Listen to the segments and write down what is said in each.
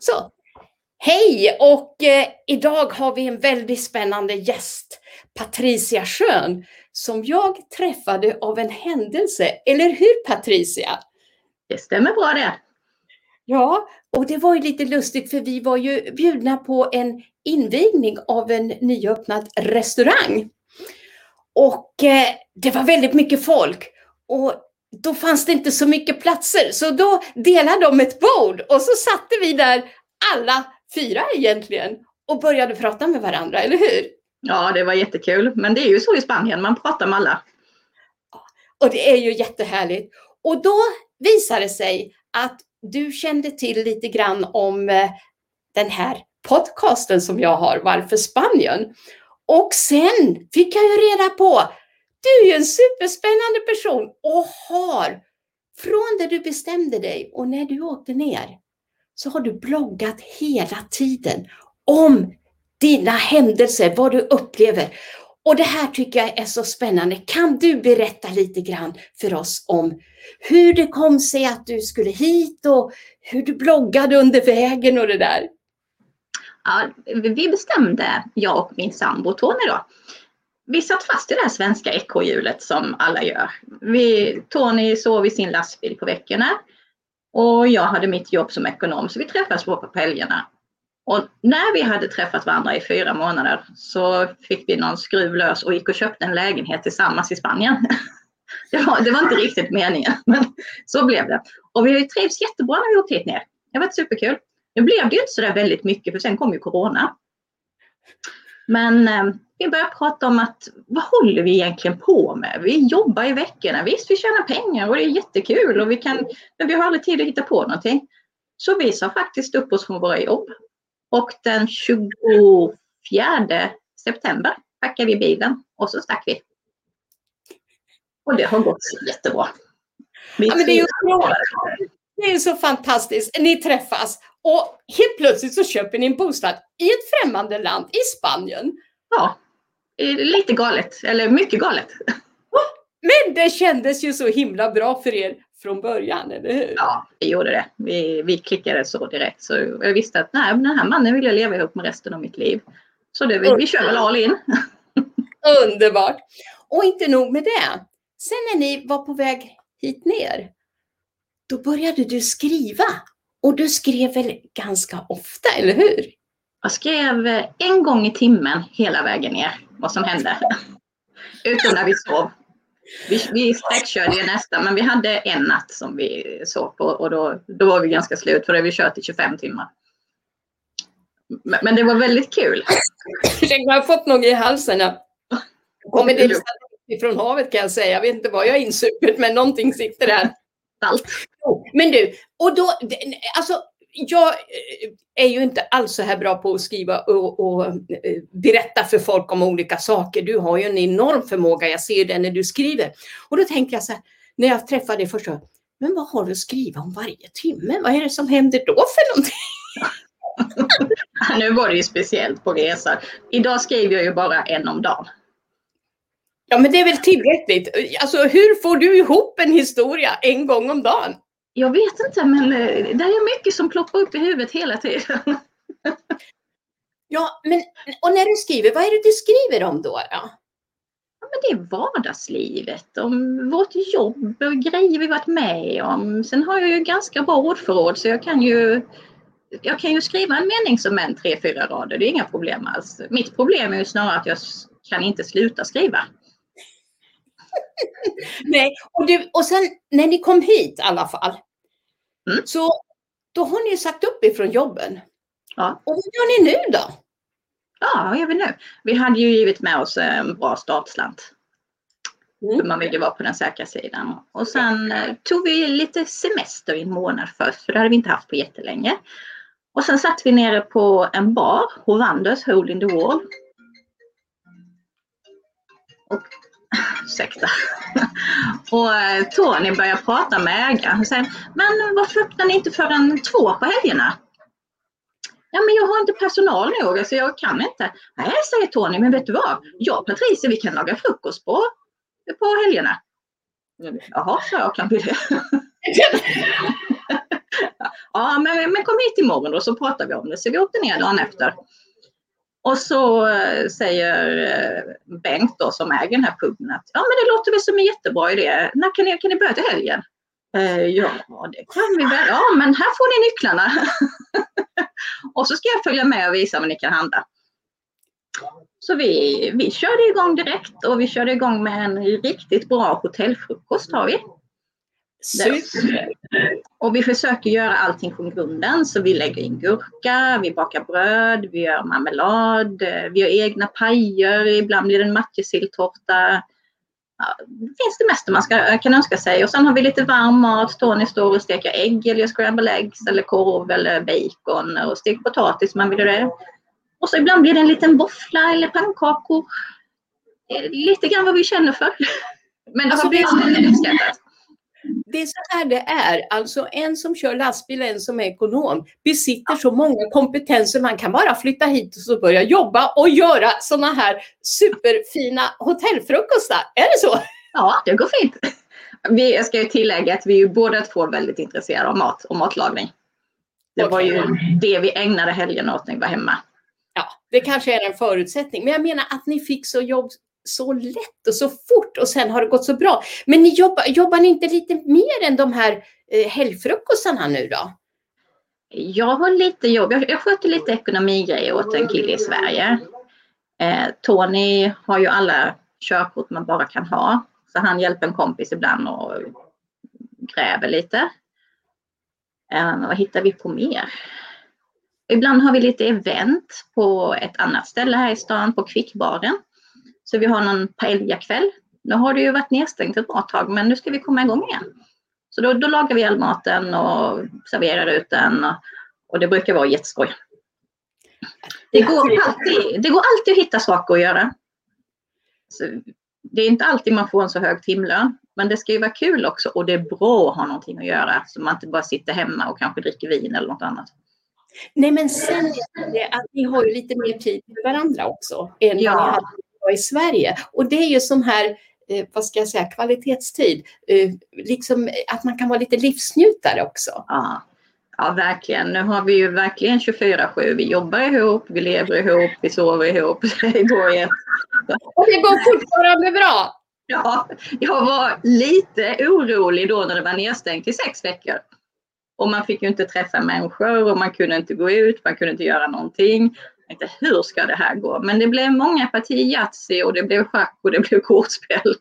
Så, hej och idag har vi en väldigt spännande gäst, Patricia Schön, som jag träffade av en händelse. Eller hur, Patricia? Det stämmer bra det. Ja, och det var ju lite lustigt för vi var ju bjudna på en invigning av en nyöppnad restaurang. Och det var väldigt mycket folk och då fanns det inte så mycket platser. Så då delade de ett bord och så satte vi där alla 4 egentligen och började prata med varandra, eller hur? Ja, det var jättekul. Men det är ju så i Spanien, man pratar med alla. Och det är ju jättehärligt. Och då visade det sig att du kände till lite grann om den här podcasten som jag har, Varför Spanien? Och sen fick jag ju reda på, du är ju en superspännande person och har, från det du bestämde dig och när du åkte ner, så har du bloggat hela tiden om dina händelser, vad du upplever. Och det här tycker jag är så spännande. Kan du berätta lite grann för oss om hur det kom sig att du skulle hit och hur du bloggade under vägen och det där? Ja, vi bestämde, jag och min sambo Tony då. Vi satt fast i det här svenska ekorrhjulet som alla gör. Tony sov i sin lastbil på veckorna och jag hade mitt jobb som ekonom, så vi träffades på helgerna. Och när vi hade träffat varandra i 4 månader så fick vi någon skruv lös och gick och köpte en lägenhet tillsammans i Spanien. Det var inte riktigt meningen, men så blev det. Och vi trivs jättebra när vi åkte hit ner. Det var superkul. Nu blev det ju inte så där väldigt mycket för sen kom ju corona. Men vi började prata om att vad håller vi egentligen på med? Vi jobbar i veckorna, visst vi tjänar pengar och det är jättekul och men vi har aldrig tid att hitta på någonting. Så vi sa faktiskt upp oss från våra jobb. Och den 24 september packade vi bilen och så stack vi. Och det har gått jättebra. Ja, men det är ju så fantastiskt. Ni träffas och helt plötsligt så köper ni en bostad i ett främmande land, i Spanien. Ja, lite galet, eller mycket galet. Men det kändes ju så himla bra för er från början, eller hur? Ja, vi gjorde det. Vi klickade så direkt. Så jag visste att nej, den här mannen vill jag leva ihop med resten av mitt liv. Så vi kör väl all in. Underbart. Och inte nog med det. Sen när ni var på väg hit ner, då började du skriva. Och du skrev väl ganska ofta, eller hur? Jag skrev 1 gång i timmen hela vägen ner vad som hände. Utom när vi sov. Vi sträckkörde ju nästan, men vi hade en natt som vi sov på och då var vi ganska slut för det vi kört i 25 timmar. Men det var väldigt kul. Jag har fått något i halsen. Kommer det från havet kan jag säga. Jag vet inte vad jag är insupit, men någonting sitter där. Allt. Men du, och då, alltså jag är ju inte alls så här bra på att skriva och berätta för folk om olika saker. Du har ju en enorm förmåga, jag ser det när du skriver. Och då tänker jag så här, när jag träffade dig först, men vad har du att skriva om varje timme? Vad är det som händer då för någonting? Nu var det ju speciellt på resan. Idag skriver jag ju bara 1 om dagen. Ja, men det är väl tillräckligt. Alltså, hur får du ihop en historia 1 gång om dagen? Jag vet inte, men det är mycket som ploppar upp i huvudet hela tiden. Ja, men och när du skriver, vad är det du skriver om då? Ja, men det är vardagslivet, om vårt jobb och grejer vi varit med om. Sen har jag ju ganska bra ordförråd så jag kan ju skriva en mening som är 3-4 rader. Det är inga problem alls. Mitt problem är ju snarare att jag kan inte sluta skriva. Nej, och sen när ni kom hit i alla fall, så då har ni sagt upp ifrån jobben. Ja. Och vad gör ni nu då? Ja, vad gör vi nu? Vi hade ju givit med oss en bra startslant. För man ville vara på den säkra sidan. Och sen tog vi lite semester i 1 månad först, för det hade vi inte haft på jättelänge. Och sen satt vi nere på en bar, Hovandes, Hole in the Wall. Och ursäkta. Och Tony började prata med ägaren och säger, men varför öppnar ni inte förrän 2 på helgerna? Ja, men jag har inte personal nog, alltså jag kan inte. Nej, säger Tony, men vet du vad? Jag och Patricia, vi kan laga frukost på helgerna. Jaha, så jag kan bli det. Ja, men kom hit imorgon då så pratar vi om det. Så vi åkte ner dagen efter. Och så säger Bengt då som äger den här puben att ja, men det låter väl som en jättebra idé. När kan ni börja till helgen? Ja, det kan vi väl. Ja, men här får ni nycklarna. Och så ska jag följa med och visa vad ni kan handla. Så vi körde igång direkt och vi körde igång med en riktigt bra hotellfrukost har vi. Super. Och vi försöker göra allting från grunden. Så vi lägger in gurka, vi bakar bröd, vi gör marmelad, vi gör egna pajer, ibland blir det en matjessilltårta. Ja, det finns det mesta man kan önska sig. Och sen har vi lite varm mat. Tony står och steker ägg eller scramble eggs eller korv eller bacon och stek potatis man vill det. Och så ibland blir det en liten våffla eller pannkakor. Lite grann vad vi känner för. Men det har blivit uppskattat. Det är så här det är. Alltså en som kör lastbil, en som är ekonom, besitter så många kompetenser. Man kan bara flytta hit och så börja jobba och göra såna här superfina hotellfrukostar. Är det så? Ja, det går fint. Jag ska ju tillägga att vi är ju båda två väldigt intresserade av mat och matlagning. Det var ju det vi ägnade helgen åt när vi var hemma. Ja, det kanske är en förutsättning. Men jag menar att ni fick jobb så lätt och så fort och sen har det gått så bra. Men ni jobbar ni inte lite mer än de här helgfrukostarna nu då? Jag har lite jobb. Jag sköter lite ekonomigrejer åt en kille i Sverige. Tony har ju alla körkort man bara kan ha. Så han hjälper en kompis ibland och gräver lite. Vad hittar vi på mer? Ibland har vi lite event på ett annat ställe här i stan på Kvickbaren. Så vi har någon paella-kväll. Nu har det ju varit nedstängt ett bra tag men nu ska vi komma igång igen. Så då lagar vi all maten och serverar ut den och det brukar vara jätteskoj. Det går alltid att hitta saker att göra. Så det är inte alltid man får en så hög timlön men det ska ju vara kul också och det är bra att ha någonting att göra så man inte bara sitter hemma och kanske dricker vin eller något annat. Nej men sen är det att ni har ju lite mer tid med varandra också än vad ni hade i Sverige. Och det är ju som här, vad ska jag säga, kvalitetstid. Liksom att man kan vara lite livsnjutare också. Ja, verkligen. Nu har vi ju verkligen 24/7. Vi jobbar ihop, vi lever ihop, vi sover ihop. Och det går fortfarande bra. Ja, jag var lite orolig då när det var nedstängt i 6 veckor. Och man fick ju inte träffa människor och man kunde inte gå ut, man kunde inte göra någonting. Inte hur ska det här gå? Men det blev många partier Yatzy och det blev schack och det blev kortspel.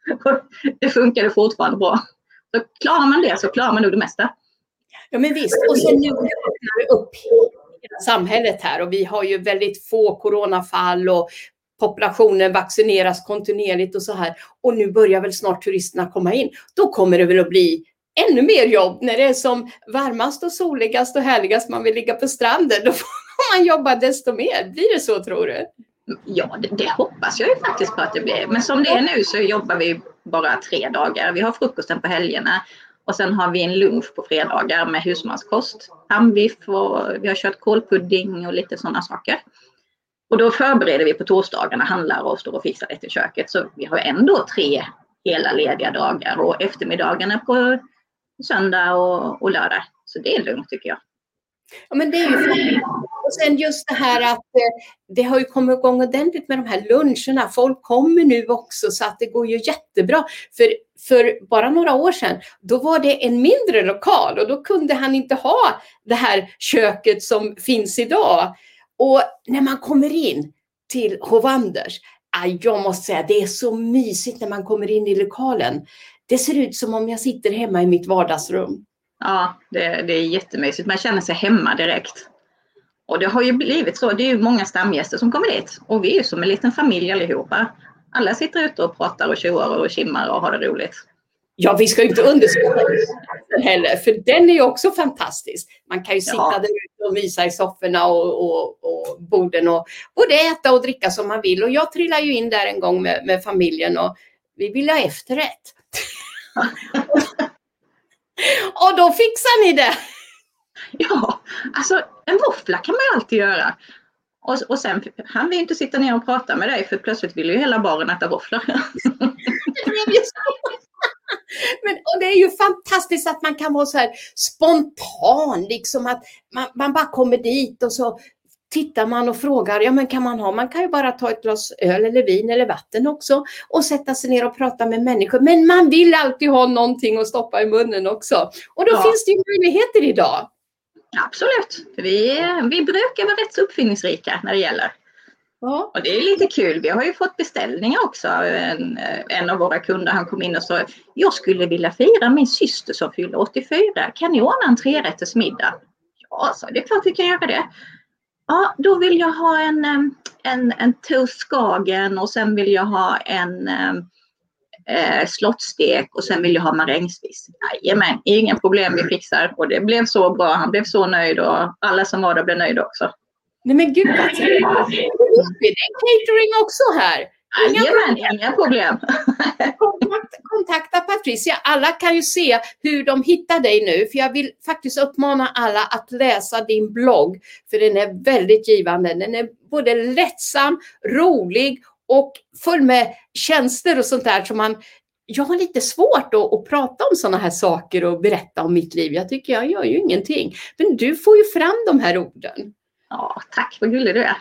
Det funkade fortfarande bra. Så klarar man det så klarar man nog det mesta. Ja men visst. Och sen nu öppnar vi upp hela samhället här och vi har ju väldigt få coronafall och populationen vaccineras kontinuerligt och så här. Och nu börjar väl snart turisterna komma in. Då kommer det väl att bli ännu mer jobb när det är som varmast och soligast och härligast man vill ligga på stranden. Då får man jobba desto mer. Blir det så tror du? Ja, det hoppas jag ju faktiskt på att det blir. Men som det är nu så jobbar vi bara 3 dagar. Vi har frukosten på helgerna och sen har vi en lunch på fredagar med husmanskost. Hambiff och vi har kört kålpudding och lite sådana saker. Och då förbereder vi på torsdagarna, handlar och står och fixar det i köket. Så vi har ändå 3 hela lediga dagar och eftermiddagarna på söndag och lördag. Så det är lugnt tycker jag. Ja men det är ju och sen just det här att det har ju kommit igång ordentligt med de här luncherna. Folk kommer nu också så att det går ju jättebra. För bara några år sedan då var det en mindre lokal och då kunde han inte ha det här köket som finns idag. Och när man kommer in till Hovanders, jag måste säga det är så mysigt när man kommer in i lokalen. Det ser ut som om jag sitter hemma i mitt vardagsrum. Ja, det är jättemysigt. Man känner sig hemma direkt. Och det har ju blivit så. Det är ju många stamgäster som kommer dit. Och vi är ju som en liten familj allihopa. Alla sitter ute och pratar och tjoar och kimmar och har det roligt. Ja, vi ska ju inte underskatta den heller. För den är ju också fantastisk. Man kan ju sitta där ute och visa i sofforna och borden och både äta och dricka som man vill. Och jag trillar ju in där en gång med familjen och vi vill ha efterrätt. Och då fixar ni det. Ja, alltså en våffla kan man ju alltid göra. Och sen han vill inte sitta ner och prata med dig för plötsligt vill ju hela baren äta våfflor. Och det är ju fantastiskt att man kan vara så här spontan, liksom att man bara kommer dit och så tittar man och frågar, ja men man kan ju bara ta ett glas öl eller vin eller vatten också och sätta sig ner och prata med människor. Men man vill alltid ha någonting att stoppa i munnen också. Och då finns det ju möjligheter idag. Absolut. Vi brukar vara rätt så uppfinningsrika när det gäller. Ja. Och det är lite kul. Vi har ju fått beställningar också. En av våra kunder, han kom in och sa, jag skulle vilja fira min syster som fyller 84. Kan ni ordna en 3-rättersmiddag? Ja, så det är klart vi kan göra det. Ja, då vill jag ha en toast skagen och sen vill jag ha en slottstek och sen vill jag ha marängsviss. Jajamän, inga problem, vi fixar. Och det blev så bra, han blev så nöjd och alla som var där blev nöjda också. Nej men gud, vad trevligt. Det är catering också här. Inga problem. Kontakta Patricia. Alla kan ju se hur de hittar dig nu. För jag vill faktiskt uppmana alla att läsa din blogg. För den är väldigt givande. Den är både lättsam, rolig och full med tjänster och sånt där som jag har lite svårt att prata om sådana här saker och berätta om mitt liv. Jag tycker jag gör ju ingenting. Men du får ju fram de här orden. Ja, tack, vad gullig du är.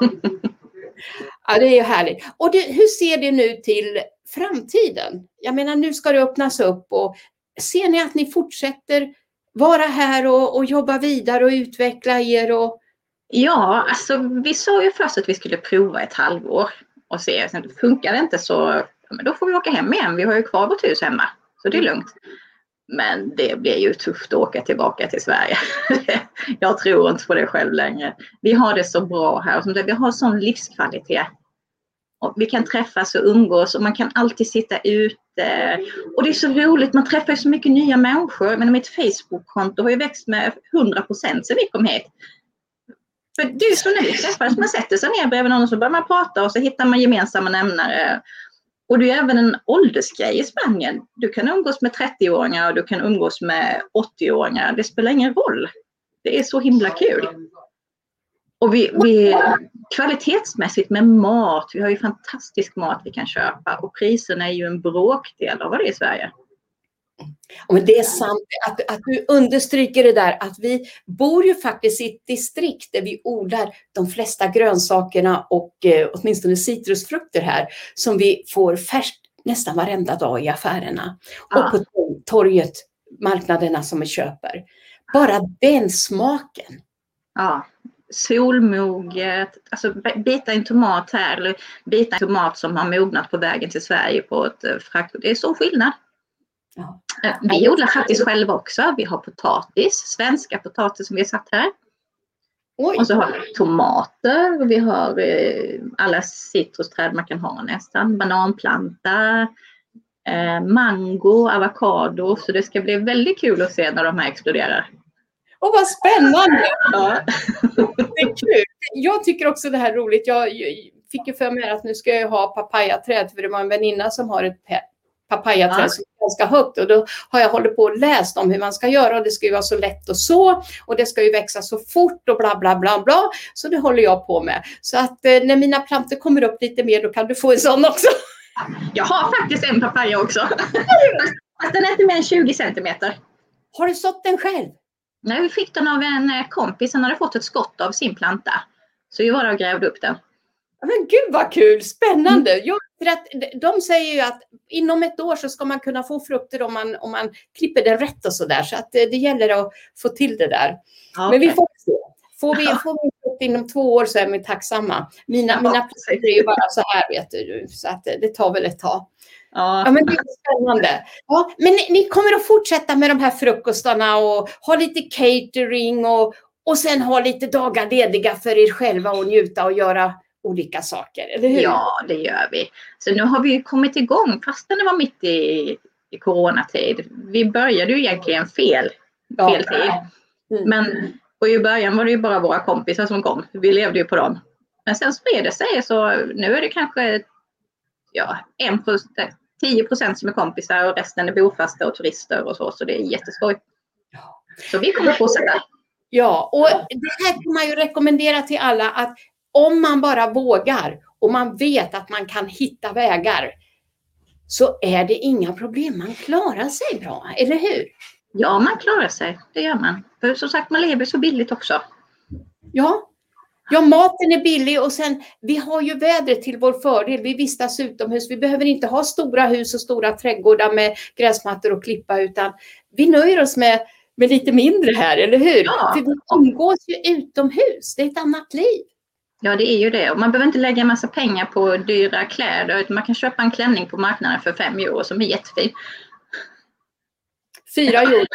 Ja, det är ju härligt. Och hur ser det nu till framtiden? Jag menar, nu ska det öppnas upp och ser ni att ni fortsätter vara här och jobba vidare och utveckla er? Ja, alltså vi sa ju först att vi skulle prova ett halvår och se. Sen funkar det inte så, men då får vi åka hem igen. Vi har ju kvar vårt hus hemma, så det är lugnt. Men det blir ju tufft att åka tillbaka till Sverige. Jag tror inte på det själv längre. Vi har det så bra här. Vi har sån livskvalitet. Och vi kan träffas och umgås och man kan alltid sitta ute. Och det är så roligt, man träffar så mycket nya människor. Men mitt Facebook-konto har ju växt med 100% sedan vi kom hit. För det är så när vi träffas, man sätter sig ner bredvid någon och så börjar man prata och så hittar man gemensamma nämnare. Och det är även en åldersgrej i Spanien. Du kan umgås med 30-åringar och du kan umgås med 80-åringar. Det spelar ingen roll. Det är så himla kul. Och vi kvalitetsmässigt med mat. Vi har ju fantastisk mat vi kan köpa. Och priserna är ju en bråkdel av vad det är i Sverige. Men det är sant att du understryker det där att vi bor ju faktiskt i ett distrikt där vi odlar de flesta grönsakerna och åtminstone citrusfrukter här som vi får färskt nästan varenda dag i affärerna och på torget, marknaderna som vi köper. Bara den smaken. Ja, solmoget, alltså bita en tomat här eller bita en tomat som har mognat på vägen till Sverige på ett frakt. Det är så skillnad. Ja. Vi odlar faktiskt själva också. Vi har potatis, svenska potatis som vi har satt här. Oj. Och så har vi tomater och vi har alla citrusträd man kan ha nästan. Bananplanta, mango, avokado. Så det ska bli väldigt kul att se när de här exploderar. Åh, vad spännande! Ja. Det är kul. Jag tycker också det här är roligt. Jag fick ju för mig att nu ska jag ha papayaträd för det var en väninna som har ett papayaträd som är ganska högt och då har jag hållit på och läst om hur man ska göra och det ska ju vara så lätt och så och det ska ju växa så fort och bla bla bla bla så det håller jag på med. Så att när mina plantor kommer upp lite mer då kan du få en sån också. Jag har faktiskt en papaya också. Fast den är inte mer än 20 centimeter. Har du sått den själv? Nej, vi fick den av en kompis. Han hade fått ett skott av sin planta. Så vi var och grävde upp den. Men gud vad kul, spännande. De säger ju att inom ett år så ska man kunna få frukter om man klipper den rätt och sådär. Så att det gäller att få till det där. Okay. Men vi får se. Får vi frukt inom 2 år så är vi tacksamma. Mina plantor är ju bara så här vet du. Så att det tar väl ett tag. Ja, men det är spännande. Ja, men ni kommer att fortsätta med de här frukostarna och ha lite catering och sen ha lite dagar lediga för er själva och njuta och göra olika saker, eller hur? Ja, det gör vi. Så nu har vi kommit igång fast det var mitt i coronatid. Vi började ju egentligen fel tid. Men och i början var det ju bara våra kompisar som kom. Vi levde ju på dem. Men sen spred det sig så nu är det kanske 10% som är kompisar och resten är bofasta och turister och så det är jätteskoj. Så vi kommer att fortsätta. Ja, och det här kan man ju rekommendera till alla att om man bara vågar och man vet att man kan hitta vägar. så är det inga problem. Man klarar sig bra, eller hur? Ja, man klarar sig. Det gör man. För som sagt, man lever så billigt också. Ja, maten är billig och sen vi har ju vädret till vår fördel. Vi vistas utomhus. Vi behöver inte ha stora hus och stora trädgårdar med gräsmattor och klippa, utan vi nöjer oss med lite mindre här, eller hur? Ja. För vi umgås ju utomhus. Det är ett annat liv. Ja, det är ju det. Och man behöver inte lägga en massa pengar på dyra kläder. Utan man kan köpa en klänning på marknaden för 5 euro som är jättefin. 4 euro.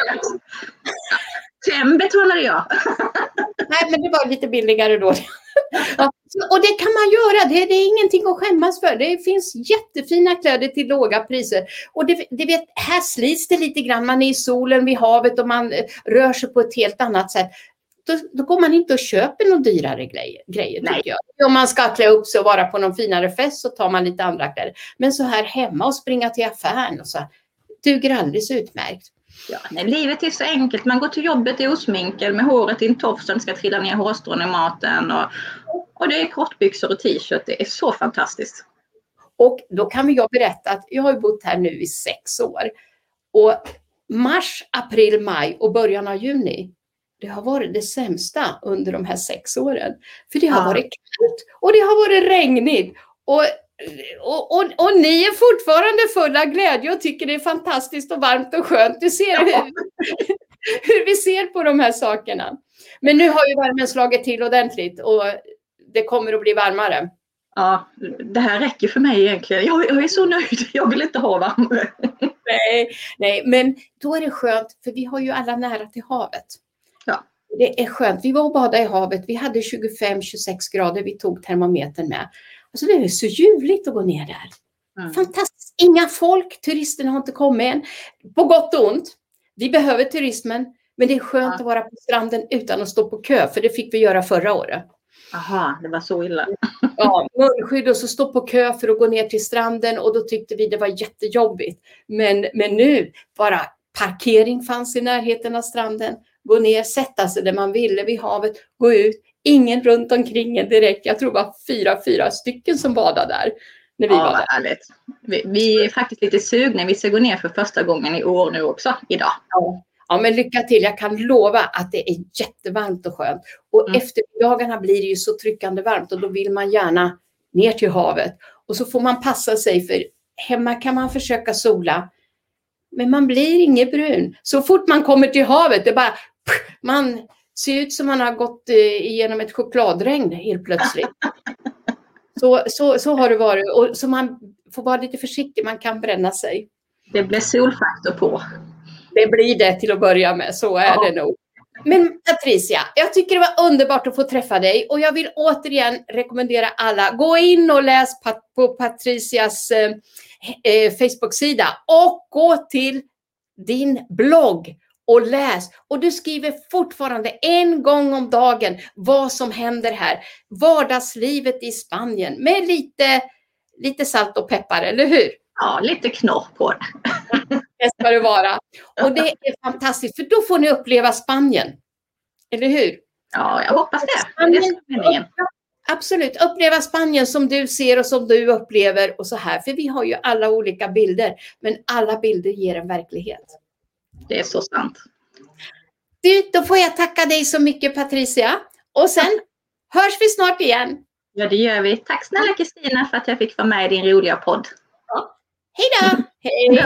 5 betalade jag. Nej, men det var lite billigare då. Ja, och det kan man göra. Det är ingenting att skämmas för. Det finns jättefina kläder till låga priser. Och här slits det lite grann. Man är i solen vid havet och man rör sig på ett helt annat sätt. Då går man inte och köper några dyrare grejer tycker jag. Om man ska klä upp sig och vara på någon finare fest så tar man lite andra kläder. Men så här hemma och springa till affären och så duger alldeles utmärkt. Ja, nej, livet är så enkelt. Man går till jobbet i osminkel med håret i en tofs som ska trilla ner hårstrån i maten. Och det är kortbyxor och t-shirt. Det är så fantastiskt. Och då kan jag berätta att jag har bott här nu i 6 år. Och mars, april, maj och början av juni, det har varit det sämsta under de här 6 åren. För det har varit kallt och det har varit regnigt. Och ni är fortfarande fulla glädje och tycker det är fantastiskt och varmt och skönt. Du ser hur vi ser på de här sakerna. Men nu har ju värmen slagit till ordentligt och det kommer att bli varmare. Ja, det här räcker för mig egentligen. Jag är så nöjd. Jag vill inte ha varmare. Nej, men då är det skönt för vi har ju alla nära till havet. Ja. Det är skönt. Vi var och badade i havet. Vi hade 25-26 grader. Vi tog termometern med. Alltså det är så ljuvligt att gå ner där. Fantastiskt. Inga folk. Turisterna har inte kommit än. På gott och ont. Vi behöver turismen. Men det är skönt att vara på stranden utan att stå på kö. För det fick vi göra förra året. Aha, det var så illa. Ja, munskydd och så stå på kö för att gå ner till stranden. Och då tyckte vi det var jättejobbigt. Men nu bara parkering fanns i närheten av stranden. Gå ner, sätta sig där man ville vid havet. Gå ut. Ingen runt omkring en direkt. Jag tror det var 4 stycken som badade där. När vi var där. Härligt. Vi är faktiskt lite sugna. Vi ska gå ner för första gången i år nu också. Idag. Ja, men lycka till. Jag kan lova att det är jättevarmt och skönt. Och eftermiddagarna blir det ju så tryckande varmt. Och då vill man gärna ner till havet. Och så får man passa sig. För hemma kan man försöka sola. Men man blir inget brun. Så fort man kommer till havet. Det bara... Man ser ut som man har gått igenom ett chokladregn helt plötsligt. Så har det varit. Och så man får vara lite försiktig. Man kan bränna sig. Det blir solfaktor på. Det blir det till att börja med. Så är det nog. Men Patricia, jag tycker det var underbart att få träffa dig. Och jag vill återigen rekommendera alla. Gå in och läs på Patricias Facebook-sida. Och gå till din blogg. Och läs. Och du skriver fortfarande 1 gång om dagen vad som händer här. Vardagslivet i Spanien. Med lite salt och peppar, eller hur? Ja, lite knorr på det. Det ska det vara. Och det är fantastiskt. För då får ni uppleva Spanien. Eller hur? Ja, jag hoppas det. Spanien, absolut. Uppleva Spanien som du ser och som du upplever. Och så här. För vi har ju alla olika bilder. Men alla bilder ger en verklighet. Det är så sant. Då får jag tacka dig så mycket, Patricia. Och sen hörs vi snart igen. Ja, det gör vi. Tack snälla Kristina för att jag fick vara med i din roliga podd. Ja. Hej då! Hej!